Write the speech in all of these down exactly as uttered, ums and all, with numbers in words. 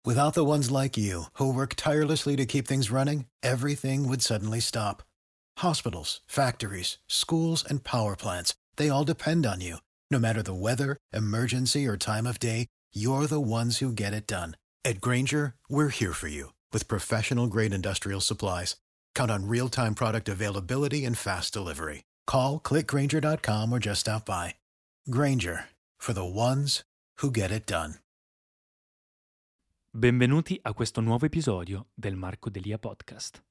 Without the ones like you, who work tirelessly to keep things running, everything would suddenly stop. Hospitals, factories, schools, and power plants, they all depend on you. No matter the weather, emergency, or time of day, you're the ones who get it done. At Grainger, we're here for you with professional-grade industrial supplies. Count on real-time product availability and fast delivery. Call, click grainger dot com or just stop by. Grainger, for the ones who get it done. Benvenuti a questo nuovo episodio del Marco Delia Podcast.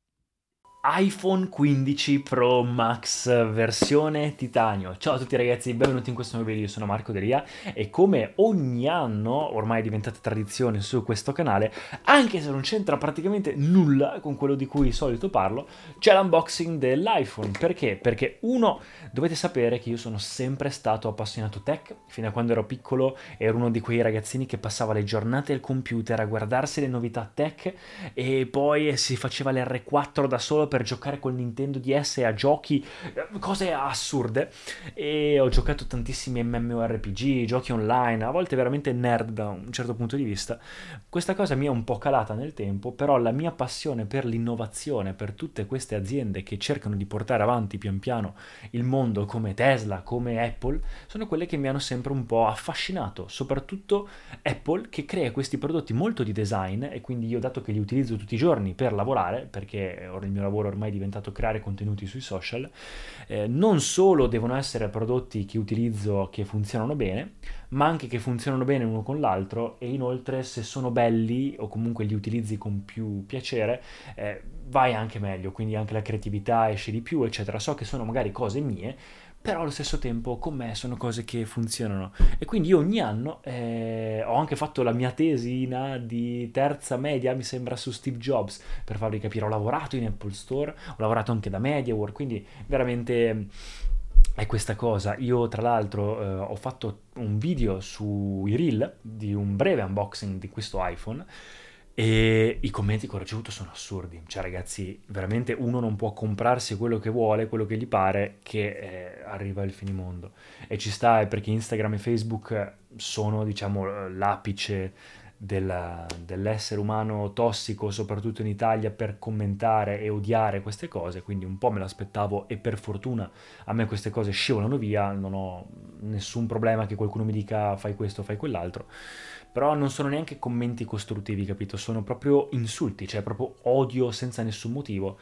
iPhone quindici Pro Max versione titanio. Ciao a tutti ragazzi, benvenuti in questo nuovo video, io sono Marco Delia e come ogni anno, ormai è diventata tradizione su questo canale, anche se non c'entra praticamente nulla con quello di cui di solito parlo, c'è l'unboxing dell'iPhone. Perché? Perché uno, dovete sapere che io sono sempre stato appassionato tech, fino a quando ero piccolo ero uno di quei ragazzini che passava le giornate al computer a guardarsi le novità tech e poi si faceva l'erre quattro da solo per giocare col Nintendo D S a giochi, cose assurde, e ho giocato tantissimi MMORPG, giochi online, a volte veramente nerd da un certo punto di vista. Questa cosa mi è un po' calata nel tempo, però la mia passione per l'innovazione, per tutte queste aziende che cercano di portare avanti pian piano il mondo come Tesla, come Apple, sono quelle che mi hanno sempre un po' affascinato, soprattutto Apple che crea questi prodotti molto di design, e quindi io, dato che li utilizzo tutti i giorni per lavorare, perché ora il mio lavoro ormai è diventato creare contenuti sui social, eh, non solo devono essere prodotti che utilizzo che funzionano bene, ma anche che funzionano bene uno con l'altro, e inoltre se sono belli o comunque li utilizzi con più piacere, eh, vai anche meglio, quindi anche la creatività esce di più, eccetera. So che sono magari cose mie, però allo stesso tempo con me sono cose che funzionano, e quindi io ogni anno eh, ho anche fatto la mia tesina di terza media, mi sembra, su Steve Jobs, per farvi capire. Ho lavorato in Apple Store, ho lavorato anche da MediaWorld, quindi veramente è questa cosa. Io tra l'altro eh, ho fatto un video sui Reel di un breve unboxing di questo iPhone, e i commenti che ho ricevuto sono assurdi. Cioè ragazzi, veramente uno non può comprarsi quello che vuole, quello che gli pare, che eh, arriva il finimondo. E ci sta, è perché Instagram e Facebook sono, diciamo, l'apice della, dell'essere umano tossico, soprattutto in Italia, per commentare e odiare queste cose. Quindi un po' me l'aspettavo, e per fortuna a me queste cose scivolano via, non ho nessun problema che qualcuno mi dica fai questo, fai quell'altro. Però non sono neanche commenti costruttivi, capito? Sono proprio insulti, cioè proprio odio senza nessun motivo.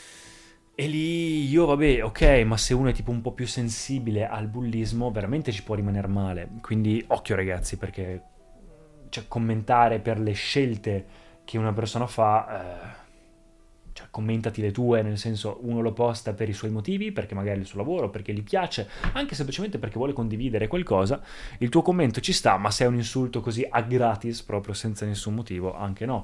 E lì io, vabbè, ok, ma se uno è tipo un po' più sensibile al bullismo, veramente ci può rimanere male. Quindi occhio ragazzi, perché cioè, commentare per le scelte che una persona fa... Eh, cioè commentati le tue, nel senso, uno lo posta per i suoi motivi, perché magari è il suo lavoro, perché gli piace, anche semplicemente perché vuole condividere qualcosa, il tuo commento ci sta, ma se è un insulto così a gratis, proprio senza nessun motivo, anche no.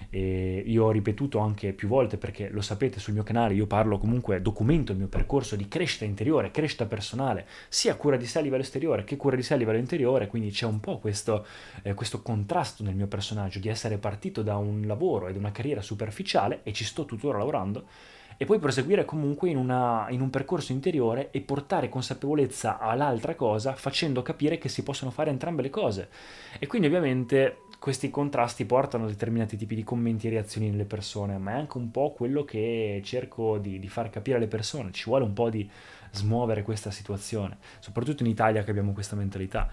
E io ho ripetuto anche più volte, perché lo sapete, sul mio canale io parlo, comunque documento il mio percorso di crescita interiore, crescita personale, sia cura di sé a livello esteriore che cura di sé a livello interiore, quindi c'è un po' questo, eh, questo contrasto nel mio personaggio, di essere partito da un lavoro ed una carriera superficiale, e ci sto tuttora lavorando, e poi proseguire comunque in, una, in un percorso interiore e portare consapevolezza all'altra cosa, facendo capire che si possono fare entrambe le cose. E quindi ovviamente questi contrasti portano a determinati tipi di commenti e reazioni nelle persone, ma è anche un po' quello che cerco di, di far capire alle persone. Ci vuole un po' di smuovere questa situazione, soprattutto in Italia che abbiamo questa mentalità.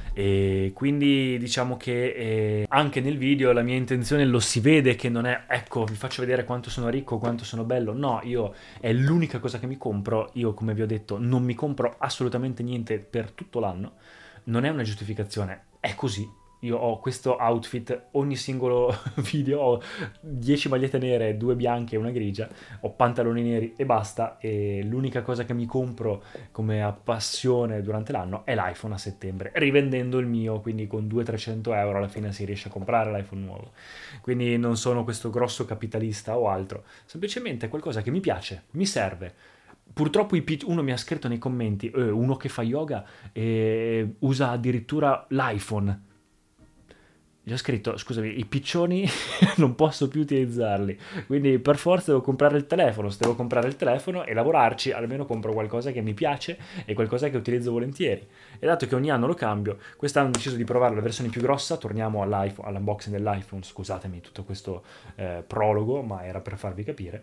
E quindi diciamo che eh, anche nel video la mia intenzione, lo si vede che non è ecco vi faccio vedere quanto sono ricco, quanto sono bello. No, io è l'unica cosa che mi compro. Io, come vi ho detto, non mi compro assolutamente niente per tutto l'anno, non è una giustificazione, è così. Io ho questo outfit, ogni singolo video ho dieci magliette nere, due bianche e una grigia, ho pantaloni neri e basta, e l'unica cosa che mi compro come passione durante l'anno è l'iPhone a settembre, rivendendo il mio, quindi con duecento trecento euro alla fine si riesce a comprare l'iPhone nuovo. Quindi non sono questo grosso capitalista o altro, semplicemente è qualcosa che mi piace, mi serve. Purtroppo i pic- uno mi ha scritto nei commenti, eh, uno che fa yoga e usa addirittura l'iPhone. Gli ho scritto, scusami, i piccioni non posso più utilizzarli, quindi per forza devo comprare il telefono. Se devo comprare il telefono e lavorarci, almeno compro qualcosa che mi piace e qualcosa che utilizzo volentieri. E dato che ogni anno lo cambio, quest'anno ho deciso di provare la versione più grossa. Torniamo all'iPhone, all'unboxing dell'iPhone, scusatemi tutto questo eh, prologo, ma era per farvi capire.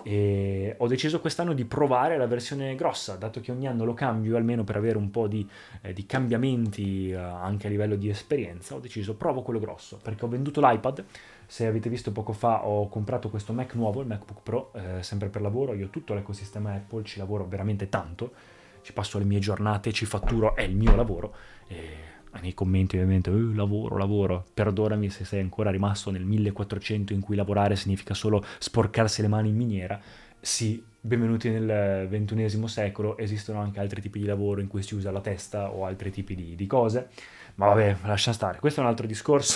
E ho deciso quest'anno di provare la versione grossa, dato che ogni anno lo cambio, almeno per avere un po' di, eh, di cambiamenti eh, anche a livello di esperienza. Ho deciso provo quello grosso, perché ho venduto l'iPad. Se avete visto poco fa, ho comprato questo Mac nuovo, il MacBook Pro, eh, sempre per lavoro. Io tutto l'ecosistema Apple ci lavoro veramente tanto, ci passo le mie giornate, ci fatturo, è il mio lavoro. E nei commenti ovviamente, eh, lavoro, lavoro, perdonami se sei ancora rimasto nel millequattrocento in cui lavorare significa solo sporcarsi le mani in miniera. Sì, benvenuti nel ventunesimo secolo, esistono anche altri tipi di lavoro in cui si usa la testa o altri tipi di, di cose, ma vabbè, lascia stare, questo è un altro discorso.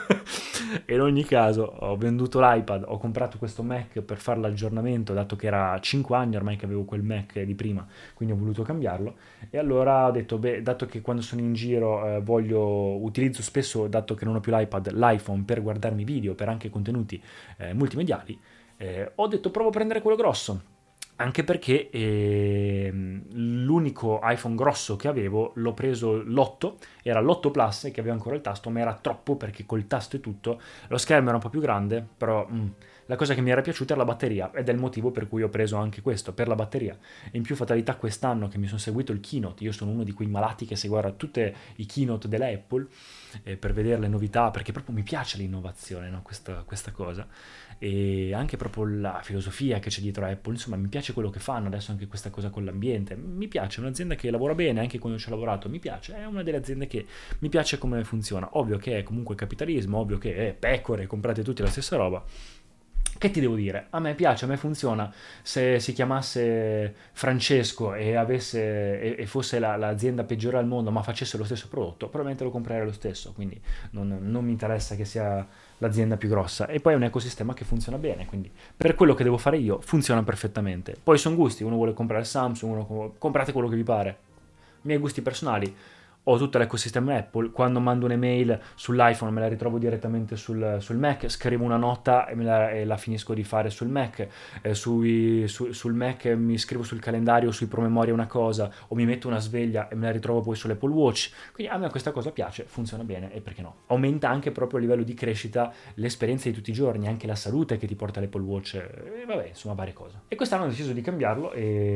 E in ogni caso ho venduto l'iPad, ho comprato questo Mac per fare l'aggiornamento, dato che era cinque anni ormai che avevo quel Mac di prima, quindi ho voluto cambiarlo. E allora ho detto, beh, dato che quando sono in giro eh, voglio, utilizzo spesso, dato che non ho più l'iPad, l'iPhone per guardarmi video, per anche contenuti eh, multimediali, eh, ho detto provo a prendere quello grosso. Anche perché eh, l'unico iPhone grosso che avevo l'ho preso l'otto, era l'otto Plus che aveva ancora il tasto, ma era troppo perché col tasto e tutto, lo schermo era un po' più grande, però mm, la cosa che mi era piaciuta era la batteria ed è il motivo per cui ho preso anche questo, per la batteria. E in più fatalità quest'anno che mi sono seguito il keynote, io sono uno di quei malati che si guarda tutte i keynote della Apple eh, per vedere le novità, perché proprio mi piace l'innovazione, no? questa, questa cosa. E anche proprio la filosofia che c'è dietro a Apple, insomma mi piace quello che fanno, adesso anche questa cosa con l'ambiente, mi piace, è un'azienda che lavora bene, anche quando ci ho lavorato mi piace, è una delle aziende che mi piace come funziona, ovvio che è comunque capitalismo, ovvio che è pecore, comprate tutti la stessa roba. Che ti devo dire? A me piace, a me funziona. Se si chiamasse Francesco e, avesse, e, e fosse la, l'azienda peggiore al mondo, ma facesse lo stesso prodotto, probabilmente lo comprerei lo stesso. Quindi non, non mi interessa che sia l'azienda più grossa. E poi è un ecosistema che funziona bene. Quindi per quello che devo fare io, funziona perfettamente. Poi sono gusti, uno vuole comprare Samsung, uno comprate quello che vi pare. I miei gusti personali. Ho tutto l'ecosistema Apple, quando mando un'email sull'iPhone me la ritrovo direttamente sul, sul Mac, scrivo una nota e, me la, e la finisco di fare sul Mac, eh, sui, su, sul Mac mi scrivo sul calendario, sui promemoria una cosa, o mi metto una sveglia e me la ritrovo poi sull'Apple Watch, quindi a me questa cosa piace, funziona bene e perché no? Aumenta anche proprio a livello di crescita l'esperienza di tutti i giorni, anche la salute che ti porta l'Apple Watch, e vabbè, insomma varie cose. E quest'anno ho deciso di cambiarlo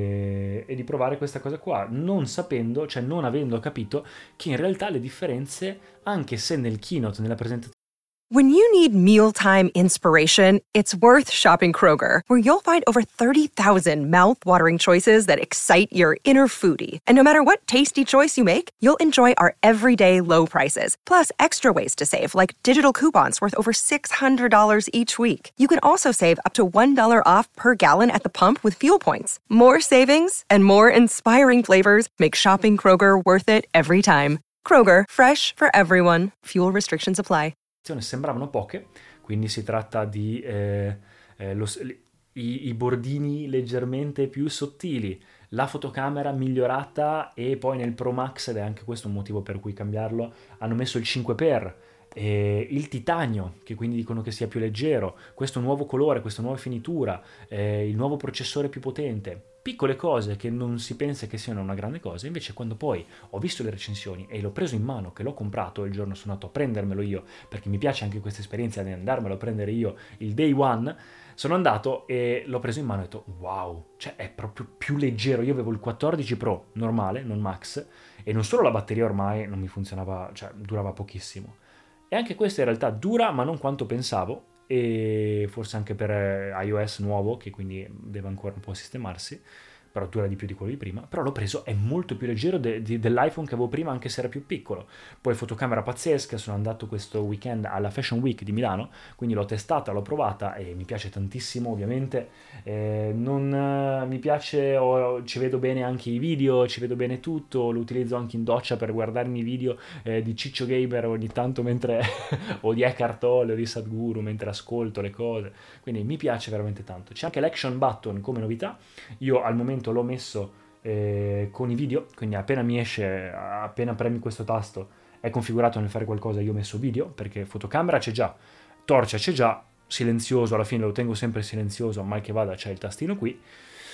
e, e di provare questa cosa qua, non sapendo, cioè non avendo capito che in realtà le differenze, anche se nel keynote, nella presentazione. When you need mealtime inspiration, it's worth shopping Kroger, where you'll find over thirty thousand mouth-watering choices that excite your inner foodie. And no matter what tasty choice you make, you'll enjoy our everyday low prices, plus extra ways to save, like digital coupons worth over six hundred dollars each week. You can also save up to one dollar off per gallon at the pump with fuel points. More savings and more inspiring flavors make shopping Kroger worth it every time. Kroger, fresh for everyone. Fuel restrictions apply. Sembravano poche, quindi si tratta di eh, eh, lo, i, i bordini leggermente più sottili, la fotocamera migliorata e poi nel Pro Max, ed è anche questo un motivo per cui cambiarlo, hanno messo il cinque per, eh, il titanio, che quindi dicono che sia più leggero, questo nuovo colore, questa nuova finitura, eh, il nuovo processore più potente. Piccole cose che non si pensa che siano una grande cosa, invece quando poi ho visto le recensioni e l'ho preso in mano, che l'ho comprato, il giorno sono andato a prendermelo io, perché mi piace anche questa esperienza di andarmelo a prendere io il day one, sono andato e l'ho preso in mano e ho detto wow, cioè è proprio più leggero. Io avevo il quattordici Pro normale, non Max, e non solo la batteria ormai non mi funzionava, cioè durava pochissimo, e anche questa in realtà dura ma non quanto pensavo, e forse anche per iOS nuovo, che quindi deve ancora un po' sistemarsi, però dura di più di quello di prima. Però l'ho preso, è molto più leggero de- de- dell'iPhone che avevo prima, anche se era più piccolo. Poi fotocamera pazzesca, sono andato questo weekend alla Fashion Week di Milano, quindi l'ho testata, l'ho provata e mi piace tantissimo, ovviamente. Eh, non eh, mi piace, oh, ci vedo bene anche i video, ci vedo bene tutto, lo utilizzo anche in doccia per guardarmi i video eh, di Ciccio Gamer ogni tanto mentre o di Eckhart Tolle o di Sadhguru mentre ascolto le cose, quindi mi piace veramente tanto. C'è anche l'action button come novità, io al momento l'ho messo eh, con i video, quindi appena mi esce, appena premi questo tasto è configurato nel fare qualcosa, io ho messo video, perché fotocamera c'è già, torcia c'è già, silenzioso alla fine lo tengo sempre silenzioso, mal che vada c'è il tastino qui,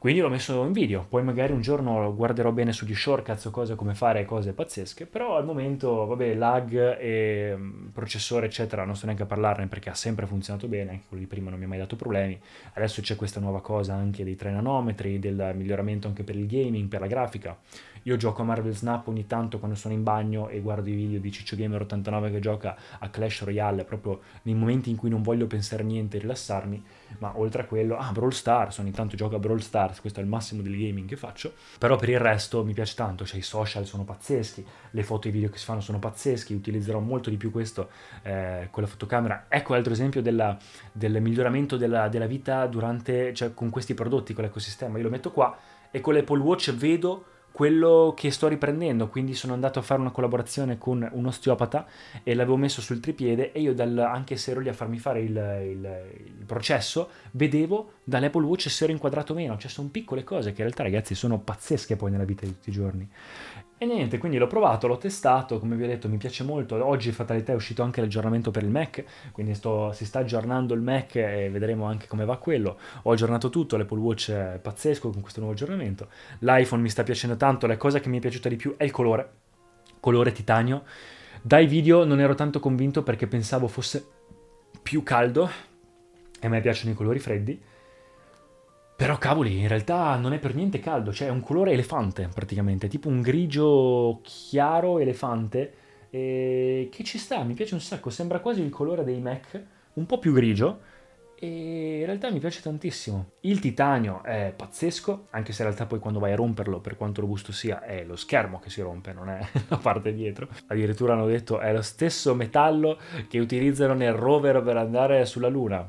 Quindi l'ho messo in video, poi magari un giorno guarderò bene sugli shortcuts o cose, come fare cose pazzesche, però al momento, vabbè, lag e mm, processore eccetera non sto neanche a parlarne perché ha sempre funzionato bene, anche quello di prima non mi ha mai dato problemi. Adesso c'è questa nuova cosa anche dei tre nanometri, del miglioramento anche per il gaming, per la grafica. Io gioco a Marvel Snap ogni tanto quando sono in bagno e guardo i video di Ciccio Gamer ottantanove che gioca a Clash Royale, proprio nei momenti in cui non voglio pensare a niente e rilassarmi. Ma oltre a quello, ah, Brawl Stars, ogni tanto gioco a Brawl Stars, questo è il massimo del gaming che faccio, però per il resto mi piace tanto, cioè i social sono pazzeschi, le foto e i video che si fanno sono pazzeschi, utilizzerò molto di più questo eh, con la fotocamera. Ecco altro esempio della, del miglioramento della, della vita durante, cioè con questi prodotti, con l'ecosistema. Io lo metto qua e con l'Apple Watch vedo quello che sto riprendendo, quindi sono andato a fare una collaborazione con un osteopata e l'avevo messo sul tripiede e io dal, anche se ero lì a farmi fare il, il, il processo, vedevo dall'Apple Watch se ero inquadrato o meno, cioè sono piccole cose che in realtà ragazzi sono pazzesche poi nella vita di tutti i giorni. E niente, quindi l'ho provato, l'ho testato, come vi ho detto mi piace molto. Oggi fatalità è uscito anche l'aggiornamento per il Mac, quindi sto, si sta aggiornando il Mac e vedremo anche come va quello. Ho aggiornato tutto, l'Apple Watch è pazzesco con questo nuovo aggiornamento. L'iPhone mi sta piacendo tanto, la cosa che mi è piaciuta di più è il colore, colore titanio. Dai video non ero tanto convinto perché pensavo fosse più caldo e a me piacciono i colori freddi. Però cavoli, in realtà non è per niente caldo, cioè è un colore elefante praticamente, tipo un grigio chiaro elefante, e che ci sta, mi piace un sacco, sembra quasi il colore dei Mac, un po' più grigio, e in realtà mi piace tantissimo. Il titanio è pazzesco, anche se in realtà poi quando vai a romperlo, per quanto robusto sia, è lo schermo che si rompe, non è la parte dietro. Addirittura hanno detto è lo stesso metallo che utilizzano nel rover per andare sulla Luna.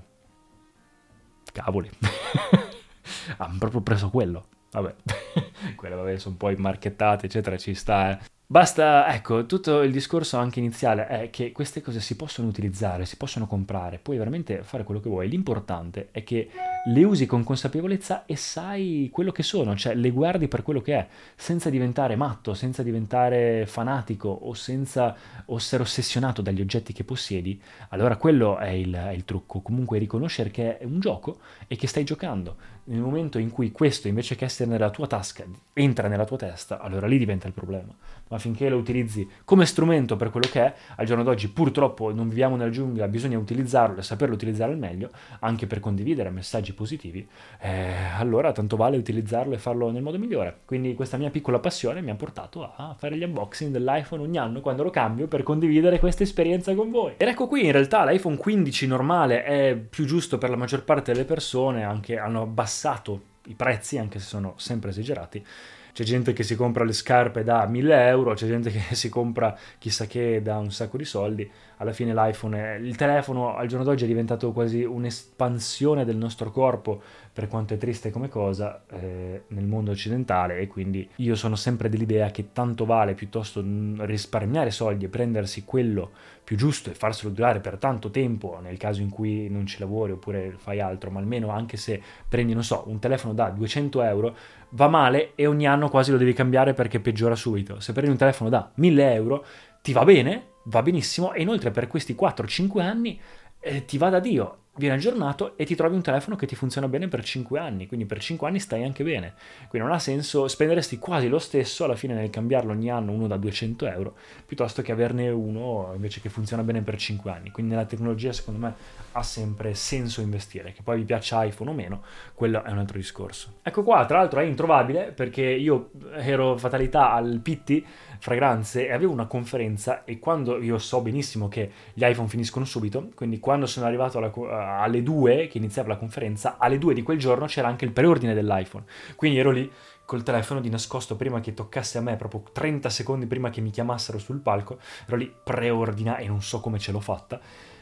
Cavoli. Ah, hanno proprio preso quello. Vabbè, quelle vabbè sono poi marchettate, eccetera, ci sta, eh. Basta, ecco, tutto il discorso anche iniziale è che queste cose si possono utilizzare, si possono comprare, puoi veramente fare quello che vuoi. L'importante è che le usi con consapevolezza e sai quello che sono, cioè le guardi per quello che è, senza diventare matto, senza diventare fanatico o senza essere ossessionato dagli oggetti che possiedi. Allora quello è il, è il trucco, comunque riconoscere che è un gioco e che stai giocando. Nel momento in cui questo, invece che essere nella tua tasca, entra nella tua testa, allora lì diventa il problema. Ma finché lo utilizzi come strumento per quello che è, al giorno d'oggi purtroppo non viviamo nella giungla, bisogna utilizzarlo e saperlo utilizzare al meglio, anche per condividere messaggi positivi, eh, allora tanto vale utilizzarlo e farlo nel modo migliore. Quindi questa mia piccola passione mi ha portato a fare gli unboxing dell'iPhone ogni anno quando lo cambio per condividere questa esperienza con voi. Ed ecco qui, in realtà l'iPhone quindici normale è più giusto per la maggior parte delle persone, anche hanno abbassato i prezzi, anche se sono sempre esagerati. C'è gente che si compra le scarpe da mille euro, c'è gente che si compra chissà che da un sacco di soldi. Alla fine l'iPhone, è, il telefono al giorno d'oggi è diventato quasi un'espansione del nostro corpo, per quanto è triste come cosa, eh, nel mondo occidentale, e quindi io sono sempre dell'idea che tanto vale piuttosto risparmiare soldi e prendersi quello più giusto e farselo durare per tanto tempo, nel caso in cui non ci lavori oppure fai altro, ma almeno anche se prendi, non so, un telefono da duecento euro, va male e ogni anno quasi lo devi cambiare perché peggiora subito. Se prendi un telefono da mille euro ti va bene, va benissimo, e inoltre per questi quattro cinque anni eh, ti va da Dio, viene aggiornato e ti trovi un telefono che ti funziona bene per cinque anni, quindi per cinque anni stai anche bene. Quindi non ha senso, spenderesti quasi lo stesso alla fine nel cambiarlo ogni anno uno da duecento euro, piuttosto che averne uno invece che funziona bene per cinque anni. Quindi nella tecnologia secondo me ha sempre senso investire, che poi vi piaccia iPhone o meno, quello è un altro discorso. Ecco qua, tra l'altro è introvabile perché io ero fatalità al Pitti Fragranze e avevo una conferenza, e quando io so benissimo che gli iPhone finiscono subito, quindi quando sono arrivato alla, alle due che iniziava la conferenza, alle due di quel giorno c'era anche il preordine dell'iPhone, quindi ero lì col telefono di nascosto prima che toccasse a me, proprio trenta secondi prima che mi chiamassero sul palco, ero lì preordina e non so come ce l'ho fatta.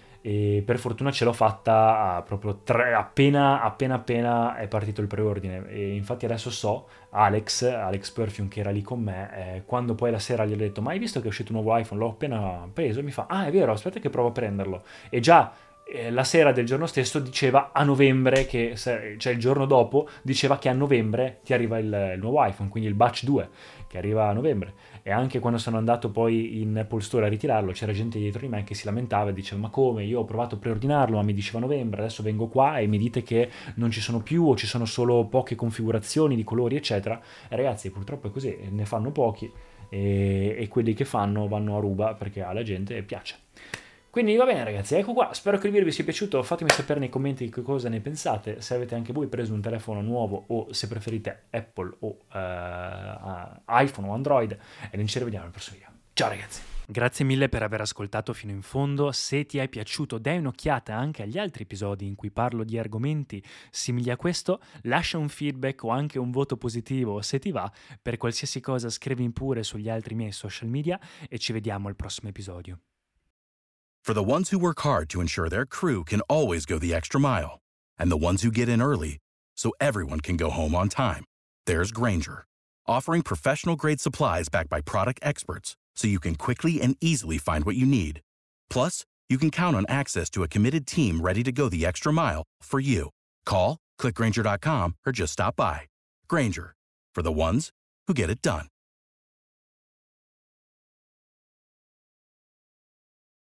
E per fortuna ce l'ho fatta proprio tre, appena appena appena è partito il preordine, e infatti adesso so, Alex, Alex Perfume che era lì con me, eh, quando poi la sera gli ho detto ma hai visto che è uscito un nuovo iPhone, l'ho appena preso, e mi fa ah è vero, aspetta che provo a prenderlo, e già eh, la sera del giorno stesso diceva a novembre, che cioè il giorno dopo diceva che a novembre ti arriva il, il nuovo iPhone, quindi il batch due che arriva a novembre. e anche quando sono andato poi in Apple Store a ritirarlo c'era gente dietro di me che si lamentava e diceva: ma come, io ho provato a preordinarlo ma mi diceva novembre, adesso vengo qua e mi dite che non ci sono più o ci sono solo poche configurazioni di colori eccetera. E ragazzi, purtroppo è così, ne fanno pochi e, e quelli che fanno vanno a ruba perché alla gente piace. Quindi va bene ragazzi, ecco qua, spero che il video vi sia piaciuto, fatemi sapere nei commenti che cosa ne pensate, se avete anche voi preso un telefono nuovo o se preferite Apple o uh, iPhone o Android, e noi ci rivediamo al prossimo video. Ciao ragazzi! Grazie mille per aver ascoltato fino in fondo. Se ti è piaciuto, dai un'occhiata anche agli altri episodi in cui parlo di argomenti simili a questo, lascia un feedback o anche un voto positivo se ti va. Per qualsiasi cosa scrivi pure sugli altri miei social media e ci vediamo al prossimo episodio. For the ones who work hard to ensure their crew can always go the extra mile, and the ones who get in early so everyone can go home on time, there's Grainger, offering professional-grade supplies backed by product experts so you can quickly and easily find what you need. Plus, you can count on access to a committed team ready to go the extra mile for you. Call, click Grainger dot com, or just stop by. Grainger, for the ones who get it done.